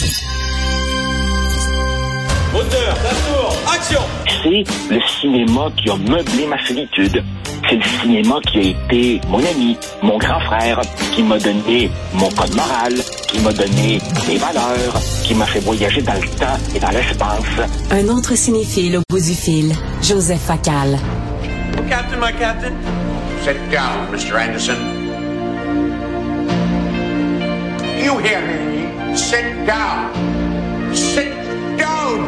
Moteur, ça tourne, action! C'est le cinéma qui a meublé ma solitude. C'est le cinéma qui a été mon ami, mon grand frère, qui m'a donné mon code moral, qui m'a donné mes valeurs, qui m'a fait voyager dans le temps et dans l'espace. Un autre cinéphile au bout du fil, Joseph Facal. Captain, my captain. Sit down, Mr. Anderson. You hear me? Sit down. Sit down.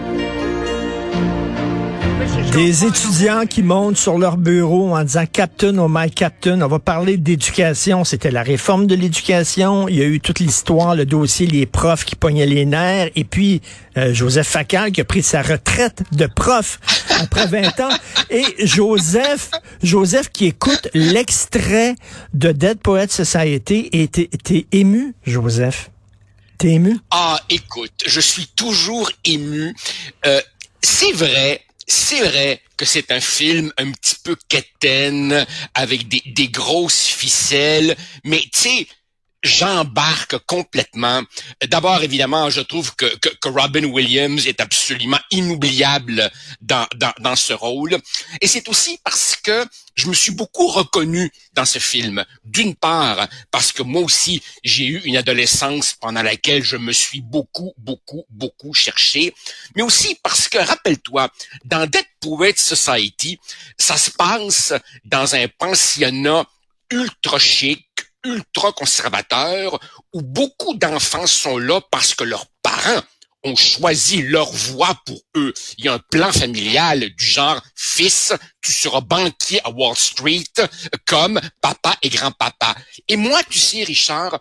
Des étudiants qui montent sur leur bureau en disant « Captain, oh my Captain », on va parler d'éducation. C'était la réforme de l'éducation. Il y a eu toute l'histoire, le dossier, les profs qui pognaient les nerfs. Et puis, Joseph Facal qui a pris sa retraite de prof après 20 ans. Et Joseph qui écoute l'extrait de Dead Poets Society. Et t'es ému, Joseph? T'es ému? Ah, écoute, je suis toujours ému. C'est vrai que c'est un film un petit peu quétaine, avec des grosses ficelles, mais tu sais, j'embarque complètement. D'abord, évidemment, je trouve que Robin Williams est absolument inoubliable dans ce rôle. Et c'est aussi parce que je me suis beaucoup reconnu dans ce film. D'une part, parce que moi aussi, j'ai eu une adolescence pendant laquelle je me suis beaucoup cherché. Mais aussi parce que, rappelle-toi, dans Dead Poets Society, ça se passe dans un pensionnat ultra chic, ultra conservateur, où beaucoup d'enfants sont là parce que leurs parents ont choisi leur voie pour eux. Il y a un plan familial du genre « Fils, tu seras banquier à Wall Street comme papa et grand-papa. » Et moi, tu sais, Richard,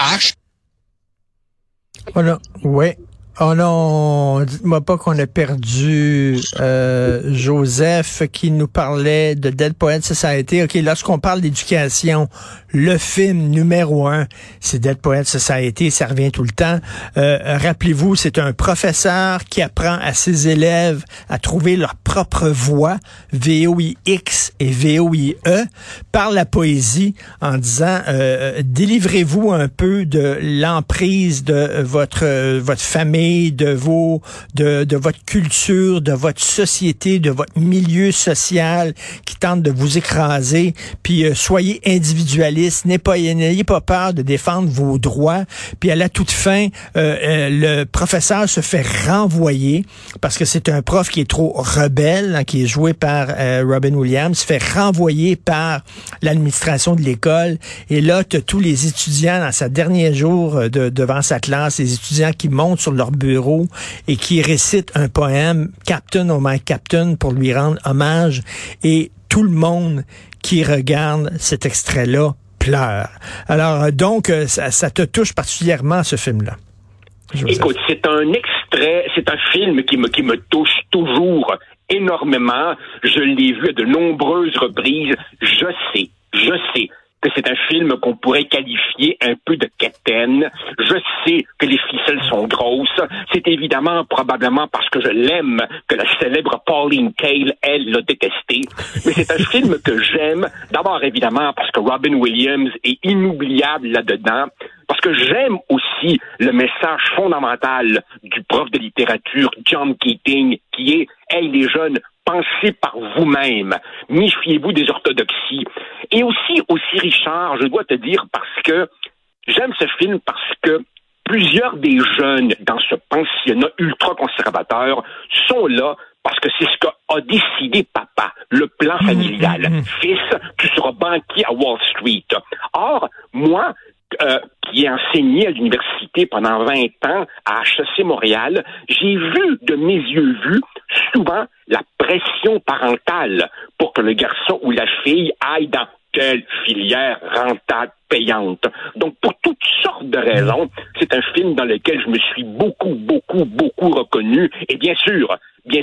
Voilà, ouais. Oh non, dites-moi pas qu'on a perdu Joseph qui nous parlait de Dead Poets Society. OK, lorsqu'on parle d'éducation, le film numéro 1, c'est Dead Poets Society, ça revient tout le temps. Rappelez-vous, c'est un professeur qui apprend à ses élèves à trouver leur propre voix, VOIX et VOIE, par la poésie, en disant délivrez-vous un peu de l'emprise de votre famille, de votre culture, de votre société, de votre milieu social qui tente de vous écraser, puis soyez individualiste, n'ayez pas peur de défendre vos droits. Puis à la toute fin, le professeur se fait renvoyer parce que c'est un prof qui est trop rebelle, hein, qui est joué par Robin Williams, se fait renvoyer par l'administration de l'école. Et là, t'as tous les étudiants dans sa dernier jour devant sa classe, les étudiants qui montent sur leur bureau et qui récite un poème, Captain, oh my Captain, pour lui rendre hommage. Et tout le monde qui regarde cet extrait-là pleure. Alors, donc, ça te touche particulièrement, ce film-là, Joseph? Écoute, c'est un extrait, c'est un film qui me touche toujours énormément. Je l'ai vu à de nombreuses reprises. Je sais que c'est un film qu'on pourrait qualifier un peu de quétaine. Je sais que les ficelles sont grosses. C'est évidemment, probablement parce que je l'aime, que la célèbre Pauline Kael, elle, l'a détesté. Mais c'est un film que j'aime. D'abord, évidemment, parce que Robin Williams est inoubliable là-dedans. Parce que j'aime aussi le message fondamental du prof de littérature, John Keating, qui est « Hey, les jeunes, pensez par vous-même. Méfiez-vous des orthodoxies. » Et aussi, Richard, je dois te dire, parce que j'aime ce film parce que plusieurs des jeunes dans ce pensionnat ultra-conservateur sont là parce que c'est ce qu'a décidé papa, le plan familial. Fils, tu seras banquier à Wall Street. Or, moi, qui ai enseigné à l'université pendant 20 ans à HEC Montréal, j'ai vu de mes yeux vus souvent la pression parentale pour que le garçon ou la fille aille dans telle filière rentable, payante. Donc, pour toutes sortes de raisons, c'est un film dans lequel je me suis beaucoup reconnu. Et bien sûr,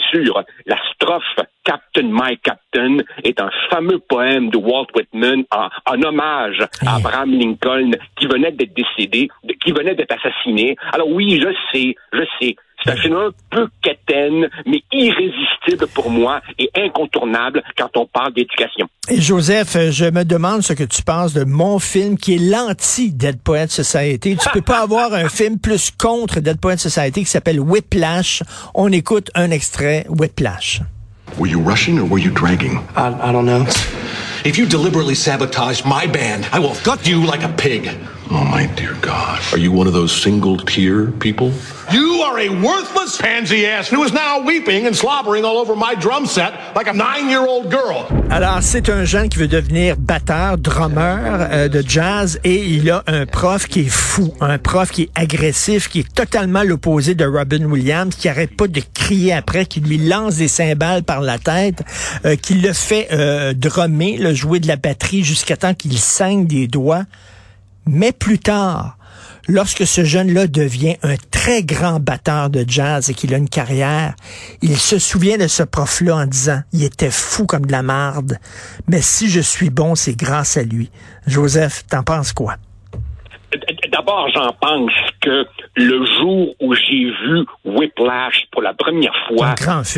la strophe Captain, my Captain est un fameux poème de Walt Whitman en hommage à Abraham Lincoln qui venait d'être décédé, qui venait d'être assassiné. Alors oui, je sais, C'est un film un peu quétaine, mais irrésistible pour moi et incontournable quand on parle d'éducation. Et Joseph, je me demande ce que tu penses de mon film qui est l'anti-Dead Poets Society. Tu peux pas avoir un film plus contre Dead Poets Society qui s'appelle Whiplash. On écoute un extrait, Whiplash. Were you rushing or were you dragging? I don't know. If you deliberately sabotage my band, I will gut you like a pig. Oh, my dear God. Are you one of those single-tier people? You are a worthless pansy-ass who is now weeping and slobbering all over my drum set like a 9-year-old girl. Alors, c'est un jeune qui veut devenir batteur, drummer de jazz, et il a un prof qui est fou, un prof qui est agressif, qui est totalement l'opposé de Robin Williams, qui arrête pas de crier après, qui lui lance des cymbales par la tête, qui le fait drummer, jouer de la batterie jusqu'à temps qu'il saigne des doigts. Mais plus tard, lorsque ce jeune-là devient un très grand batteur de jazz et qu'il a une carrière, il se souvient de ce prof-là en disant « Il était fou comme de la marde, mais si je suis bon, c'est grâce à lui. » Joseph, t'en penses quoi? D'abord, j'en pense que le jour où j'ai vu Whiplash pour la première fois,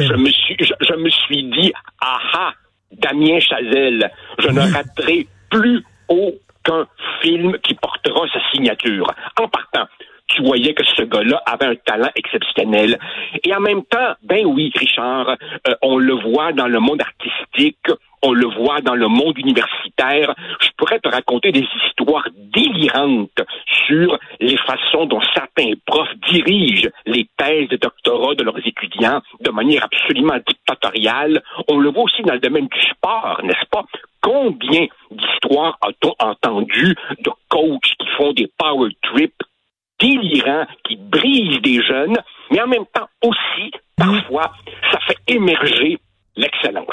je me suis dit « Ah, Damien Chazelle, je ne raterai plus aucun film qui portera sa signature. » En partant, tu voyais que ce gars-là avait un talent exceptionnel. Et en même temps, ben oui, Richard, on le voit dans le monde artistique, on le voit dans le monde universitaire. Je pourrais te raconter des histoires délirantes sur les façons dont certains profs dirigent les thèses de doctorat de leurs étudiants de manière absolument dictatoriale. On le voit aussi dans le domaine du sport, n'est-ce pas? Combien d'histoires a-t-on entendu de coachs qui font des power trips délirants, qui brisent des jeunes, mais en même temps aussi, parfois, ça fait émerger l'excellence.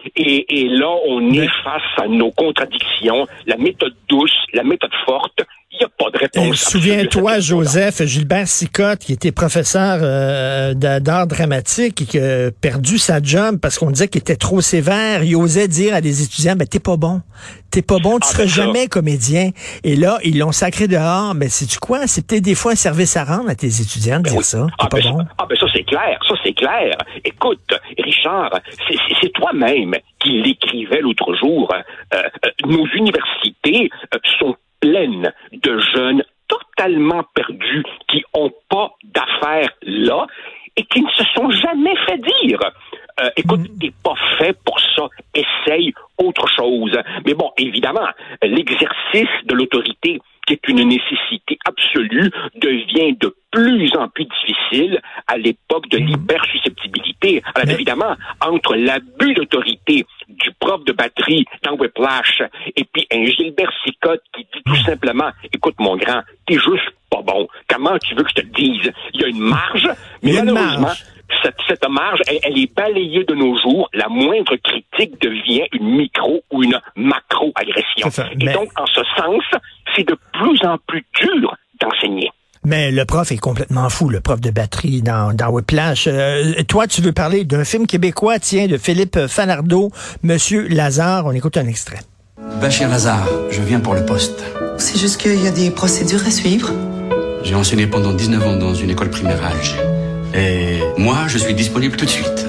Et là, on est face à nos contradictions, la méthode douce, la méthode forte. Il n'y a pas de réponse. Souviens-toi, Joseph, Gilbert Sicotte, qui était professeur d'art dramatique et qui a perdu sa job parce qu'on disait qu'il était trop sévère. Il osait dire à des étudiants, ben t'es pas bon. T'es pas bon, tu seras jamais comédien. Et là, ils l'ont sacré dehors. Mais sais-tu quoi? C'est peut-être des fois un service à rendre à tes étudiants de dire ça. T'es pas bon. Ça c'est clair. Ça c'est clair. Écoute, Richard, c'est toi-même qui l'écrivais l'autre jour. Nos universités sont pleines de jeunes totalement perdus qui ont pas d'affaires là et qui ne se sont jamais fait dire écoute, t'es pas fait pour ça, essaye autre chose. Mais bon, évidemment, l'exercice de l'autorité, qui est une nécessité absolue, devient de plus en plus difficile à l'époque de l'hypersusceptibilité. Alors évidemment, entre l'abus d'autorité du prof de batterie dans Whiplash et puis un Gilbert Sicotte qui dit tout simplement, écoute mon grand, t'es juste pas bon. Comment tu veux que je te le dise? Il y a une marge, mais malheureusement, cette marge, elle est balayée de nos jours. La moindre critique devient une micro ou une macro-agression. Et donc, en ce sens, c'est de plus en plus dur d'enseigner. Mais le prof est complètement fou, le prof de batterie dans Whiplash. Toi, tu veux parler d'un film québécois, tiens, de Philippe Falardeau, Monsieur Lazare. On écoute un extrait. Bachir Lazare, je viens pour le poste. C'est juste qu'il y a des procédures à suivre. J'ai enseigné pendant 19 ans dans une école primaire à Alger. Et moi, je suis disponible tout de suite.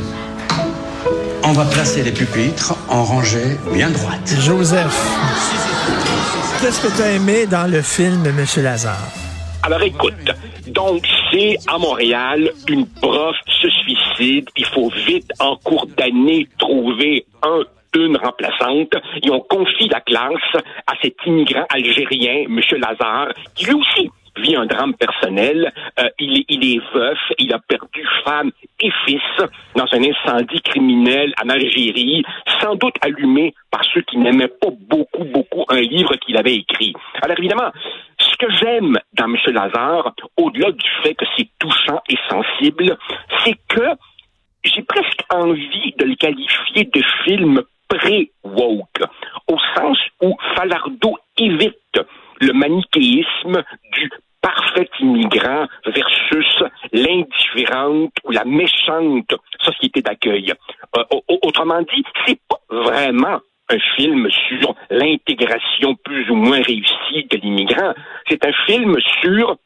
On va placer les pupitres en rangée bien droite. Joseph, qu'est-ce que tu as aimé dans le film de Monsieur Lazare? Alors écoute, donc c'est à Montréal, une prof se suicide, il faut vite en cours d'année trouver une remplaçante, et on confie la classe à cet immigrant algérien, M. Lazare, qui lui aussi vit un drame personnel. Il est veuf, il a perdu femme et fils dans un incendie criminel en Algérie, sans doute allumé par ceux qui n'aimaient pas beaucoup un livre qu'il avait écrit. Alors évidemment, ce que j'aime dans M. Lazare, au-delà du fait que c'est touchant et sensible, c'est que j'ai presque envie de le qualifier de film pré-woke, au sens où Falardeau évite le manichéisme du parfait immigrant versus l'indifférente ou la méchante société d'accueil. Autrement dit, c'est pas vraiment un film sur l'intégration plus ou moins réussie de l'immigrant. C'est un film sur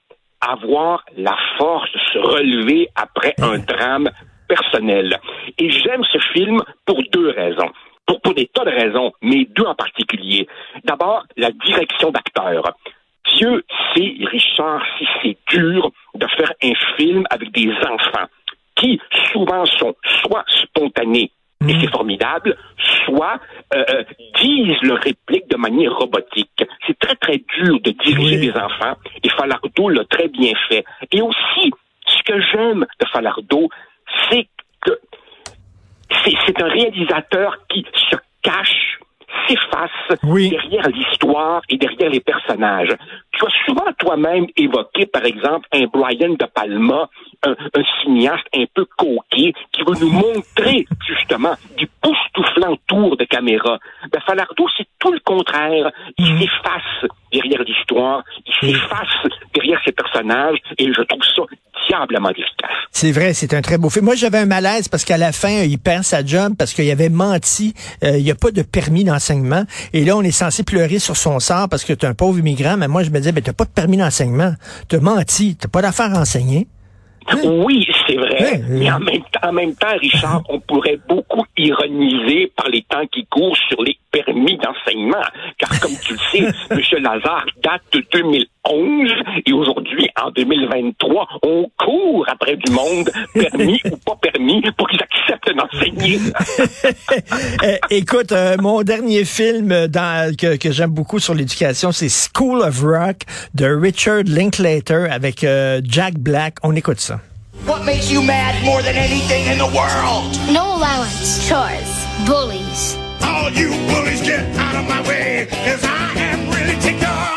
avoir la force de se relever après un drame personnel. Et j'aime ce film pour deux raisons. Pour des tas de raisons, mais deux en particulier. D'abord, la direction d'acteur. Dieu sait, Richard, si c'est dur de faire un film avec des enfants qui souvent sont soit spontanés, et c'est formidable, soit disent leurs répliques de manière robotique. C'est très, très dur de diriger des enfants, et Falardeau l'a très bien fait. Et aussi, ce que j'aime de Falardeau, c'est que c'est un réalisateur qui se cache, s'efface derrière l'histoire et derrière les personnages. Tu as souvent toi-même évoqué, par exemple, un Brian De Palma, un cinéaste un peu coquet, qui veut nous montrer, justement, du poustouflant tour de caméra. Ben, Falardeau, c'est tout le contraire. Il s'efface derrière l'histoire, il s'efface derrière ses personnages, et je trouve ça diablement efficace. C'est vrai, c'est un très beau film. Moi, j'avais un malaise parce qu'à la fin, il perd sa job parce qu'il avait menti. Il n'y a pas de permis d'enseignement. Et là, on est censé pleurer sur son sort parce que tu es un pauvre immigrant. Mais moi, je me disais, t'as pas de permis d'enseignement. T'as menti. T'as pas d'affaires à enseigner. Oui, c'est vrai, mais en même temps, Richard, on pourrait beaucoup ironiser par les temps qui courent sur les permis d'enseignement, car comme tu le sais, M. Lazare date de 2011, et aujourd'hui, en 2023, on court après du monde, permis ou pas permis, pour qu'ils acceptent d'enseigner. Écoute, mon dernier film que j'aime beaucoup sur l'éducation, c'est School of Rock de Richard Linklater avec Jack Black. On écoute ça. What makes you mad more than anything in the world? No allowance, chores, bullies. All you bullies get out of my way, 'cause I am really ticked off.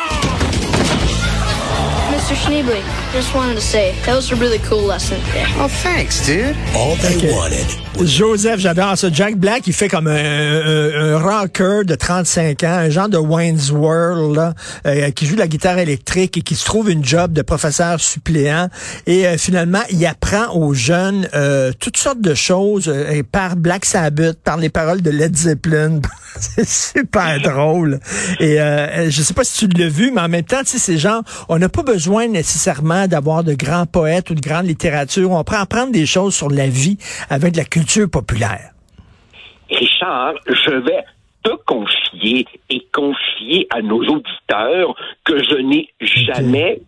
Mr. Schneebly, just wanted to say, that was a really cool lesson. Oh, thanks, dude. All they wanted. Joseph, j'adore ça. Jack Black, il fait comme un rocker de 35 ans, un genre de Wayne's World, là, qui joue de la guitare électrique et qui se trouve une job de professeur suppléant. Et finalement, il apprend aux jeunes toutes sortes de choses par Black Sabbath, par les paroles de Led Zeppelin. C'est super drôle. Et je sais pas si tu l'as vu, mais en même temps, tu sais, c'est genre, on n'a pas besoin nécessairement d'avoir de grands poètes ou de grande littérature. On peut apprendre des choses sur la vie avec de la culture populaire. Richard, je vais te confier et confier à nos auditeurs que je n'ai jamais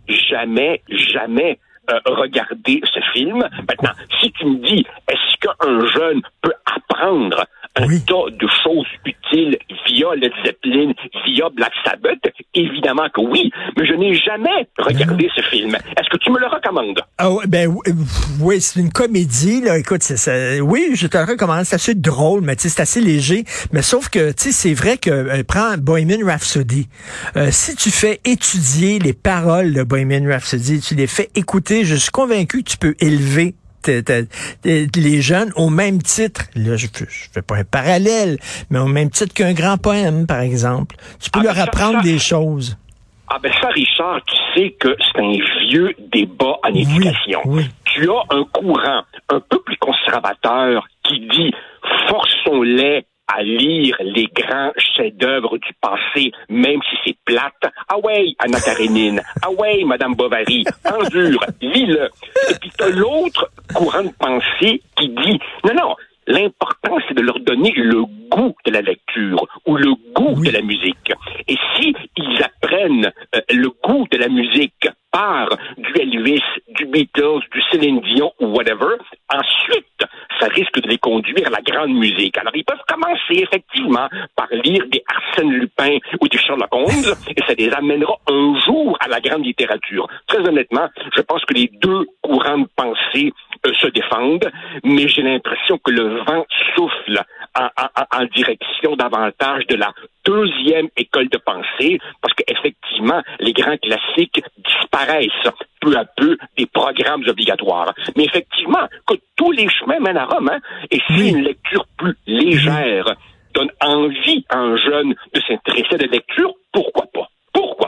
regardé ce film. Maintenant, si tu me dis, est-ce qu'un jeune peut apprendre un tas de choses utiles via Led Zeppelin, via Black Sabbath? Évidemment que oui, mais je n'ai jamais regardé ce film. Est-ce que tu me le recommandes? Oui, c'est une comédie, là. Écoute, oui, je te le recommande. C'est assez drôle, mais c'est assez léger. Mais sauf que, tu sais, c'est vrai que, prends Bohemian Rhapsody. Si tu fais étudier les paroles de Bohemian Rhapsody, tu les fais écouter, je suis convaincu que tu peux élever les jeunes au même titre, là je fais pas un parallèle, mais au même titre qu'un grand poème, par exemple. Tu peux leur apprendre des choses. Ah ben ça, Richard, tu sais que c'est un vieux débat en éducation. Tu as un courant un peu plus conservateur qui dit « forçons-les à lire les grands chefs-d'œuvre du passé, même si c'est plate. Ah ouais, Anna Karénine. Ah ouais, Madame Bovary. Endure, lis-le. » Et puis t'as l'autre courant de pensée qui dit « Non, l'important, c'est de leur donner le goût de la lecture ou le goût de la musique. Et si ils apprennent le goût de la musique par du Elvis, du Beatles, du Céline Dion ou whatever, ensuite, ça risque de les conduire à la grande musique. Alors, ils peuvent commencer, effectivement, par lire des Arsène Lupin ou des Sherlock Holmes, et ça les amènera un jour à la grande littérature. Très honnêtement, je pense que les deux courants de pensée se défendent, mais j'ai l'impression que le vent souffle en direction davantage de la deuxième école de pensée, parce qu'effectivement, les grands classiques disparaissent peu à peu des programmes obligatoires. Mais effectivement, que tous les chemins mènent à Rome, hein? Et si une lecture plus légère donne envie à un jeune de s'intéresser à la lecture, pourquoi pas? Pourquoi pas?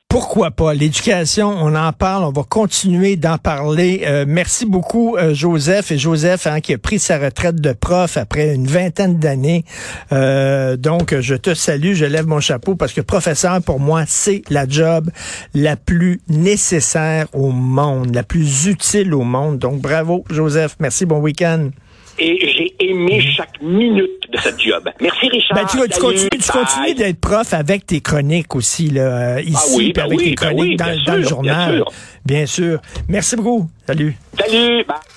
Pourquoi pas? L'éducation, on en parle, on va continuer d'en parler. Merci beaucoup, Joseph. Et Joseph, qui a pris sa retraite de prof après une vingtaine d'années. Donc, je te salue, je lève mon chapeau parce que professeur, pour moi, c'est la job la plus nécessaire au monde, la plus utile au monde. Donc, bravo, Joseph. Merci, bon week-end. Et j'ai aimé chaque minute de cette job. Merci, Richard. Tu continues d'être prof avec tes chroniques aussi, là, ici, avec tes chroniques dans le journal. Bien sûr. Merci beaucoup. Salut. Salut. Bye.